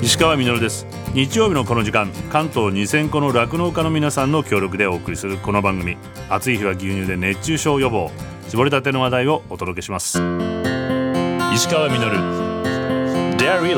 石川みのるです。日曜日のこの時間、関東2000個の酪農家の皆さんの協力でお送りするこの番組、暑い日は牛乳で熱中症予防、絞りたての話題をお届けします。石川みのる Dairy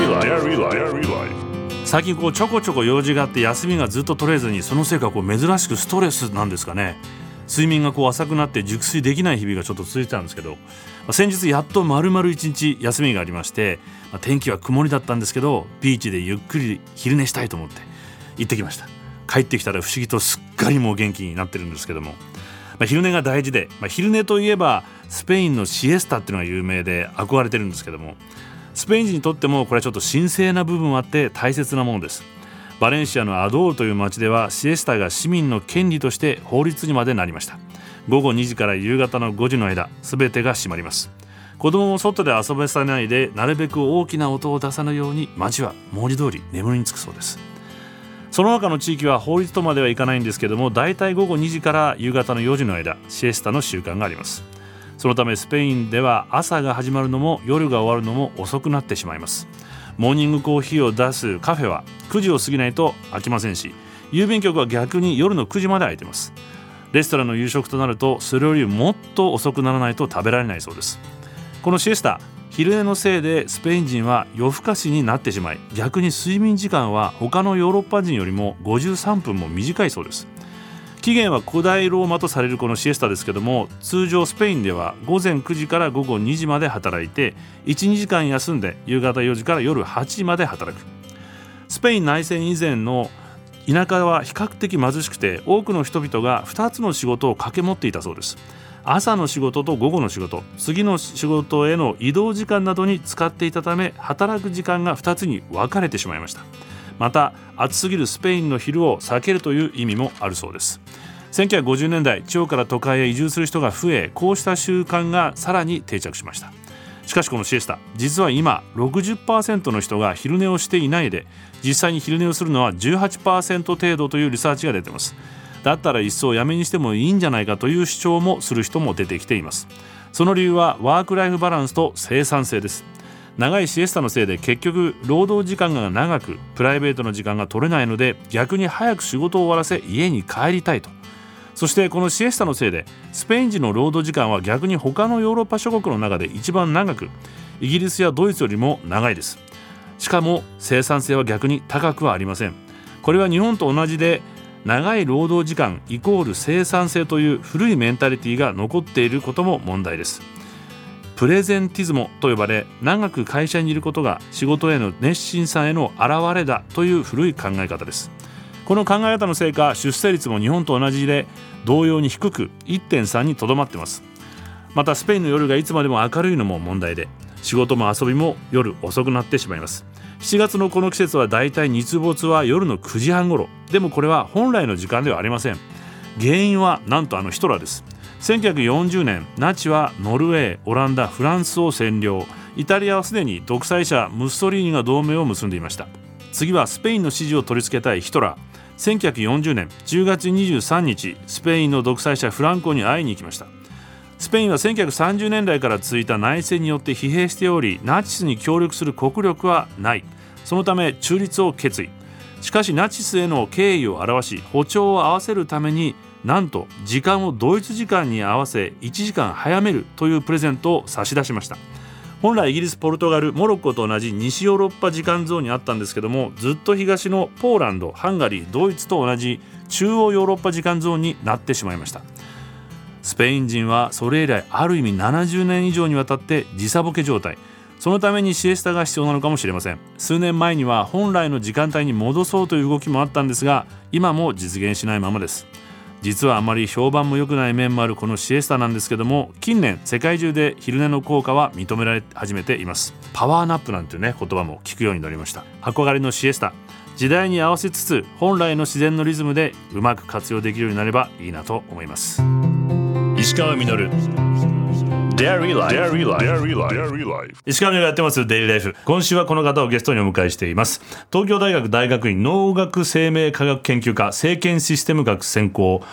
Life。 最近ちょこちょこ用事があって休みがずっと取れずに、そのせいか珍しくストレスなんですかね。睡眠が浅くなって熟睡できない日々がちょっと続いてたんですけど、先日やっと丸々1日休みがありまして、天気は曇りだったんですけど、ビーチでゆっくり昼寝したいと思って行ってきました。帰ってきたら不思議とすっかりもう元気になってるんですけども、昼寝が大事で、昼寝といえばスペインのシエスタっていうのが有名で憧れてるんですけども、スペイン人にとってもこれはちょっと神聖な部分もあって大切なものです。バレンシアのアドールという町ではシエスタが市民の権利として法律にまでなりました。午後2時から夕方の5時の間、すべてが閉まります。子供も外で遊ばせないで、なるべく大きな音を出さないように町は文字通り眠りにつくそうです。その他の地域は法律とまではいかないんですけども、だいたい午後2時から夕方の4時の間、シエスタの習慣があります。そのためスペインでは朝が始まるのも夜が終わるのも遅くなってしまいます。モーニングコーヒーを出すカフェは9時を過ぎないと開きませんし、郵便局は逆に夜の9時まで開いています。レストランの夕食となるとそれよりもっと遅くならないと食べられないそうです。このシエスタ、昼寝のせいでスペイン人は夜更かしになってしまい、逆に睡眠時間は他のヨーロッパ人よりも53分も短いそうです。起源は古代ローマとされるこのシエスタですけども、通常スペインでは午前9時から午後2時まで働いて 1,2 時間休んで夕方4時から夜8時まで働く。スペイン内戦以前の田舎は比較的貧しくて、多くの人々が2つの仕事を掛け持っていたそうです。朝の仕事と午後の仕事、次の仕事への移動時間などに使っていたため、働く時間が2つに分かれてしまいました。また暑すぎるスペインの昼を避けるという意味もあるそうです。1950年代、地方から都会へ移住する人が増え、こうした習慣がさらに定着しました。しかしこのシエスタ、実は今 60% の人が昼寝をしていないで、実際に昼寝をするのは 18% 程度というリサーチが出ています。だったら一層やめにしてもいいんじゃないかという主張もする人も出てきています。その理由はワークライフバランスと生産性です。長いシエスタのせいで結局労働時間が長く、プライベートの時間が取れないので、逆に早く仕事を終わらせ家に帰りたいと。そしてこのシエスタのせいでスペイン人の労働時間は逆に他のヨーロッパ諸国の中で一番長く、イギリスやドイツよりも長いです。しかも生産性は逆に高くはありません。これは日本と同じで、長い労働時間イコール生産性という古いメンタリティが残っていることも問題です。プレゼンティズモと呼ばれ、長く会社にいることが仕事への熱心さへの表れだという古い考え方です。この考え方のせいか、出生率も日本と同じで同様に低く 1.3 にとどまっています。またスペインの夜がいつまでも明るいのも問題で、仕事も遊びも夜遅くなってしまいます。7月のこの季節はだいたい日没は夜の9時半頃。でもこれは本来の時間ではありません。原因はなんとヒトラーです。1940年、ナチはノルウェー、オランダ、フランスを占領。イタリアはすでに独裁者ムッソリーニが同盟を結んでいました。次はスペインの支持を取り付けたいヒトラー。1940年10月23日、スペインの独裁者フランコに会いに行きました。スペインは1930年代から続いた内戦によって疲弊しており、ナチスに協力する国力はない。そのため中立を決意。しかしナチスへの敬意を表し、歩調を合わせるために、なんと時間をドイツ時間に合わせ1時間早めるというプレゼントを差し出しました。本来イギリス、ポルトガル、モロッコと同じ西ヨーロッパ時間ゾーンにあったんですけども、ずっと東のポーランド、ハンガリー、ドイツと同じ中央ヨーロッパ時間ゾーンになってしまいました。スペイン人はそれ以来ある意味70年以上にわたって時差ボケ状態。そのためにシエスタが必要なのかもしれません。数年前には本来の時間帯に戻そうという動きもあったんですが、今も実現しないままです。実はあまり評判も良くない面もあるこのシエスタなんですけども、近年世界中で昼寝の効果は認められ始めています。パワーナップなんていう言葉も聞くようになりました。憧れのシエスタ、時代に合わせつつ本来の自然のリズムでうまく活用できるようになればいいなと思います。石川みのるDairy Life。 石川みのるがやってますデイリーライフ。今週はこの方をゲストにお迎えしています。東京大学大学院農学生命科学研究科生検システム学専攻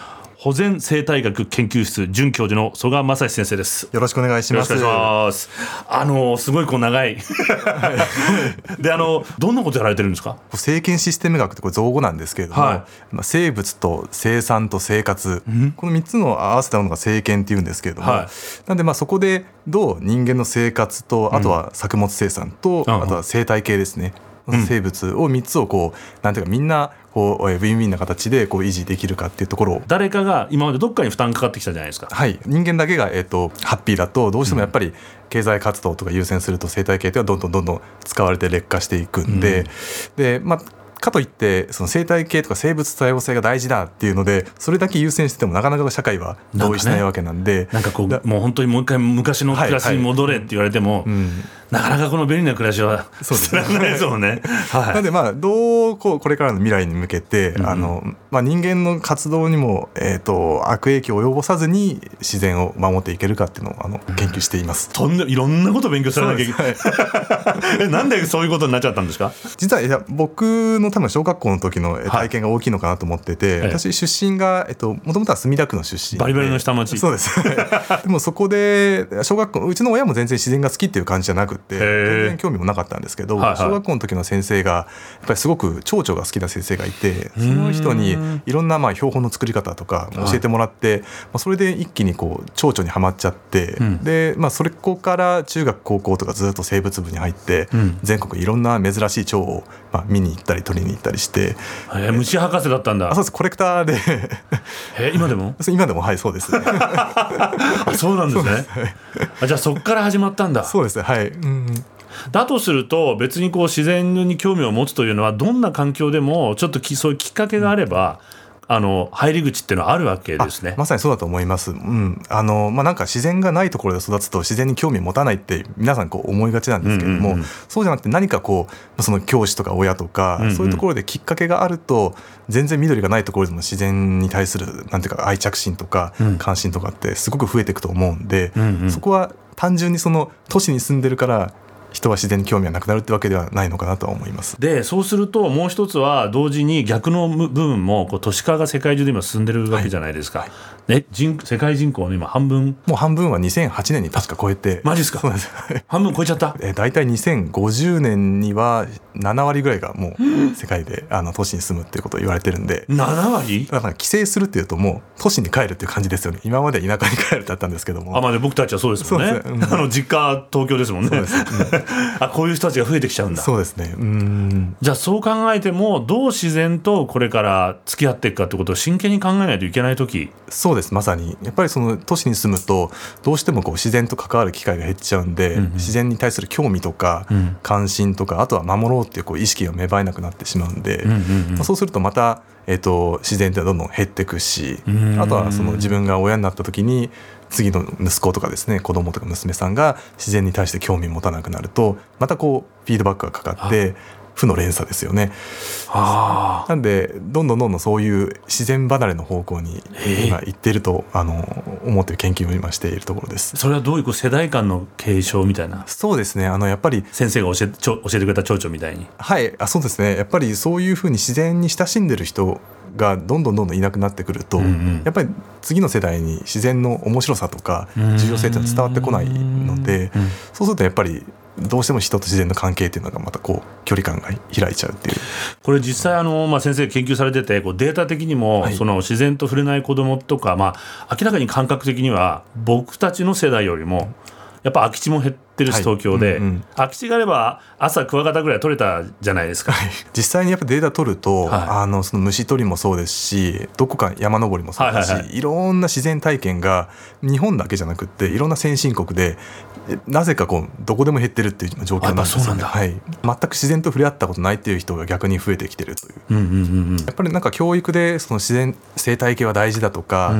保全生態学研究室准教授の曽我正史先生です。 よろしくお願いします。 よろしくお願いします。すごい長いでどんなことやられてるんですか？ 生検システム学ってこれ造語なんですけれども、生物と生産と生活、この3つの合わせたものが生検っていうんですけれども、なんでそこでどう人間の生活と、あとは作物生産と、あとは生態系ですね、生物を3つをなんていうかみんなウィンウィンな形で維持できるかっていうところを、 誰かが今までどっかに負担かかってきたじゃないですか。 人間だけが、ハッピーだとどうしてもやっぱり経済活動とか優先すると生態系っていうのはどんどん使われて劣化していくんで、かといってその生態系とか生物多様性が大事だっていうのでそれだけ優先しててもなかなか社会は同意しないわけなんで、 もう本当にもう一回昔の暮らしに戻れって言われても、なかなかこの便利な暮らしは捨てられないですもんね。 なのでどうこれからの未来に向けて、人間の活動にも、悪影響を及ぼさずに自然を守っていけるかっていうのを研究しています。 いろんなことを勉強されなきゃいけない。なんでそういうことになっちゃったんですか？ 実は僕の多分小学校の時の体験が大きいのかなと思ってて、私出身がもともとは墨田区の出身で、 バリバリの下町。 そうですでもそこで小学校、うちの親も全然自然が好きっていう感じじゃなくて全然興味もなかったんですけど、小学校の時の先生がやっぱりすごく蝶々が好きな先生がいて、その人にいろんな標本の作り方とか教えてもらって、それで一気に蝶々にはまっちゃって、でそこから中学高校とかずっと生物部に入って、全国いろんな珍しい蝶を見に行ったり取りに行ったりして、 虫博士だったんだ。 そうです、コレクターで今でも今でもそうですそうなんですね。じゃあそこから始まったんだ。 そうですね、 だとすると別に自然に興味を持つというのはどんな環境でもちょっとそういうきっかけがあれば、入り口っていうのはあるわけですね。 まさにそうだと思います。なんか自然がないところで育つと自然に興味を持たないって皆さん思いがちなんですけれども、そうじゃなくて何かその教師とか親とか、そういうところできっかけがあると全然緑がないところでも自然に対するなんていうか愛着心とか関心とかってすごく増えていくと思うんで、そこは単純にその都市に住んでるから人は自然に興味がなくなるってわけではないのかなとは思います。 でそうするともう一つは同時に逆の部分も都市化が世界中で今進んでるわけじゃないですか。世界人口の今半分、 もう半分は2008年に確か超えて。 マジですか？そうです。半分超えちゃった。 だいたい2050年には7割ぐらいがもう世界で都市に住むっていうことを言われてるんで。 7割？ だから帰省するっていうともう都市に帰るっていう感じですよね。今まで田舎に帰るってあったんですけども。 僕たちはそうですもんね。実家東京ですもんね。そうです、こういう人たちが増えてきちゃうんだ。 そうですね。 じゃあそう考えてもどう自然とこれから付き合っていくかってことを真剣に考えないといけない時。 そうです、まさにやっぱりその都市に住むとどうしても自然と関わる機会が減っちゃうんで、自然に対する興味とか関心とか、あとは守ろうっていう意識が芽生えなくなってしまうんで、そうするとまた、自然ってどんどん減っていくし、あとはその自分が親になった時に次の息子とかですね、子供とか娘さんが自然に対して興味を持たなくなるとまたフィードバックがかかって負の連鎖ですよね。なんでどんどんそういう自然離れの方向に今行っていると思っている研究を今しているところです。 それはどういう世代間の継承みたいな。 そうですね、やっぱり先生が教えてくれた蝶々みたいに。 そうですね、やっぱりそういうふうに自然に親しんでる人がどんどんいなくなってくると、やっぱり次の世代に自然の面白さとか重要性って伝わってこないので、そうするとやっぱりどうしても人と自然の関係っていうのがまた距離感が開いちゃうっていう。これ実際先生研究されててデータ的にも、その自然と触れない子どもとか、明らかに感覚的には僕たちの世代よりもやっぱ空き地も減ってるし、東京で、空き地があれば朝クワガタぐらい取れたじゃないですか。 実際にやっぱデータ取ると、その虫取りもそうですし、どこか山登りもそうだし、いろんな自然体験が日本だけじゃなくっていろんな先進国でなぜかどこでも減ってるっていう状況なんですよね。全く自然と触れ合ったことないっていう人が逆に増えてきてるという。やっぱり教育でその自然生態系は大事だとか、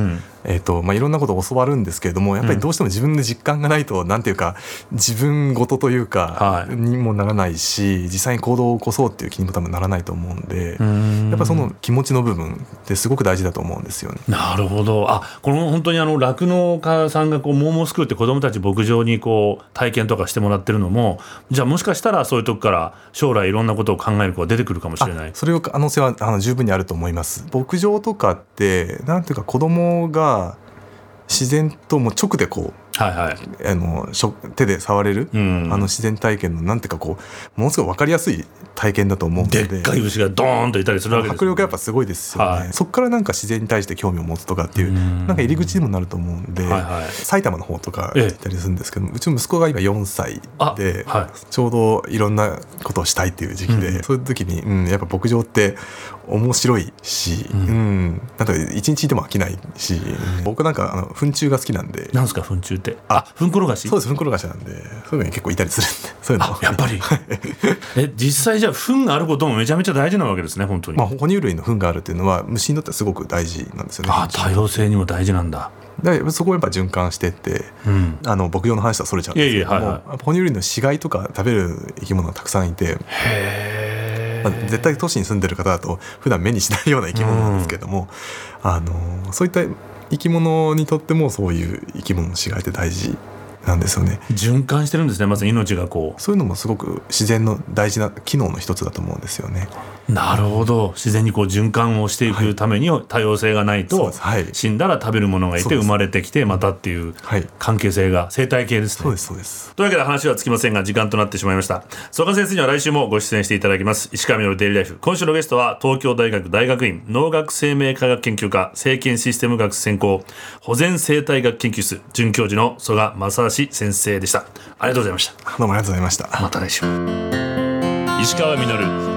いろんなことを教わるんですけれども、やっぱりどうしても自分で実感がないと、なんていうか自分事というかにもならないし、実際に行動を起こそうっていう気にも多分ならないと思うんで、やっぱその気持ちの部分ってすごく大事だと思うんですよね。 なるほど。この本当に酪農家さんがこうモーモースクールって子どもたち牧場にこう体験とかしてもらってるのも、じゃあもしかしたらそういうとこから将来いろんなことを考える子が出てくるかもしれない。 それを可能性は十分にあると思います。牧場とかってなんていうか、子供が自然ともう直でこう、手で触れる、自然体験のなんていうかこう、ものすごい分かりやすい体験だと思うので、 でっかい牛がドーンといたりするわけです、 迫力がやっぱすごいですよね。そこからなんか自然に対して興味を持つとかっていう、なんか入り口にもなると思うんで、埼玉の方とか行ったりするんですけど、うちの息子が今4歳で、ちょうどいろんなことをしたいっていう時期で、そういう時に、やっぱ牧場って面白いし、なんか一日いても飽きないし、僕なんか糞虫が好きなんで。 なんですか糞虫って？糞転がし？ そうです、糞転がしなんで、そういうのに結構いたりするんで、そういうのやっぱり実際じゃあ糞があることもめちゃめちゃ大事なわけですね、本当に。 哺乳類の糞があるっていうのは虫にとってはすごく大事なんですよね。 多様性にも大事なんだ。 でそこをやっぱ循環してって、牧場の話はそれちゃうんですけども、哺乳類の死骸とか食べる生き物がたくさんいて、絶対都市に住んでる方だと普段目にしないような生き物なんですけども、そういった生き物にとってもそういう生き物の死骸って大事なんですよね。 循環してるんですね、まず命がこう。 そういうのもすごく自然の大事な機能の一つだと思うんですよね。 なるほど。自然にこう循環をしていくために多様性がないと、死んだら食べるものがいて生まれてきてまたっていう関係性が生態系ですね。 そうです、そうです。 というわけで話はつきませんが時間となってしまいました。曽我先生には来週もご出演していただきます。石川稔デイリーライフ、今週のゲストは東京大学大学院農学生命科学研究科生検システム学専攻保全生態学研究室准教授の曽我正史先生でした。ありがとうございました。 どうもありがとうございました。 また来週。石川稔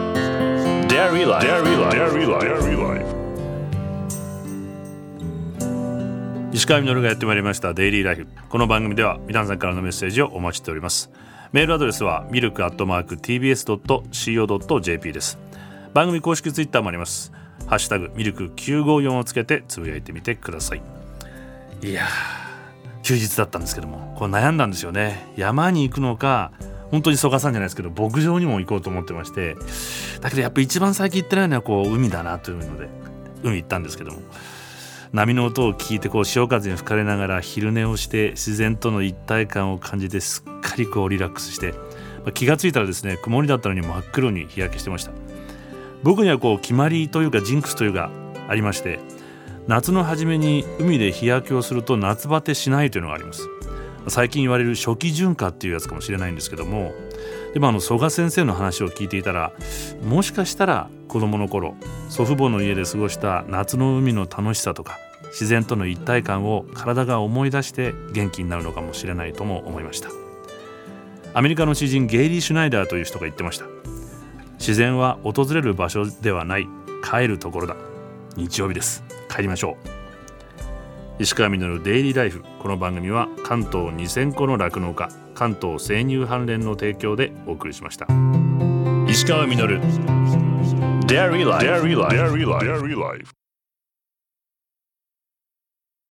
Dairy Life。石川稔がやってまいりましたデイリーライフ。この番組では皆さんからのメッセージをお待ちしております。メールアドレスは milk@tbs.co.jp です。番組公式ツイッターもあります。ハッシュタグミルク954をつけてつぶやいてみてください。いや休日だったんですけども、これ悩んだんですよね。山に行くのか、本当に曽我さんじゃないですけど牧場にも行こうと思ってまして、だけどやっぱ一番最近行ってないのはこう海だなというので海行ったんですけども、波の音を聞いてこう潮風に吹かれながら昼寝をして自然との一体感を感じてすっかりこうリラックスして、気がついたらですね、曇りだったのに真っ黒に日焼けしてました。僕にはこう決まりというかジンクスというかありまして、夏の初めに海で日焼けをすると夏バテしないというのがあります。最近言われる初期循化っていうやつかもしれないんですけども、でも曽我先生の話を聞いていたら、もしかしたら子どもの頃祖父母の家で過ごした夏の海の楽しさとか自然との一体感を体が思い出して元気になるのかもしれないとも思いました。アメリカの詩人ゲイリー・シュナイダーという人が言ってました。自然は訪れる場所ではない、帰るところだ。日曜日です。帰りましょう。石川稔デイリーライフ。この番組は関東2000個の酪農家関東生乳関連の提供でお送りしました。石川稔デイリーライフ。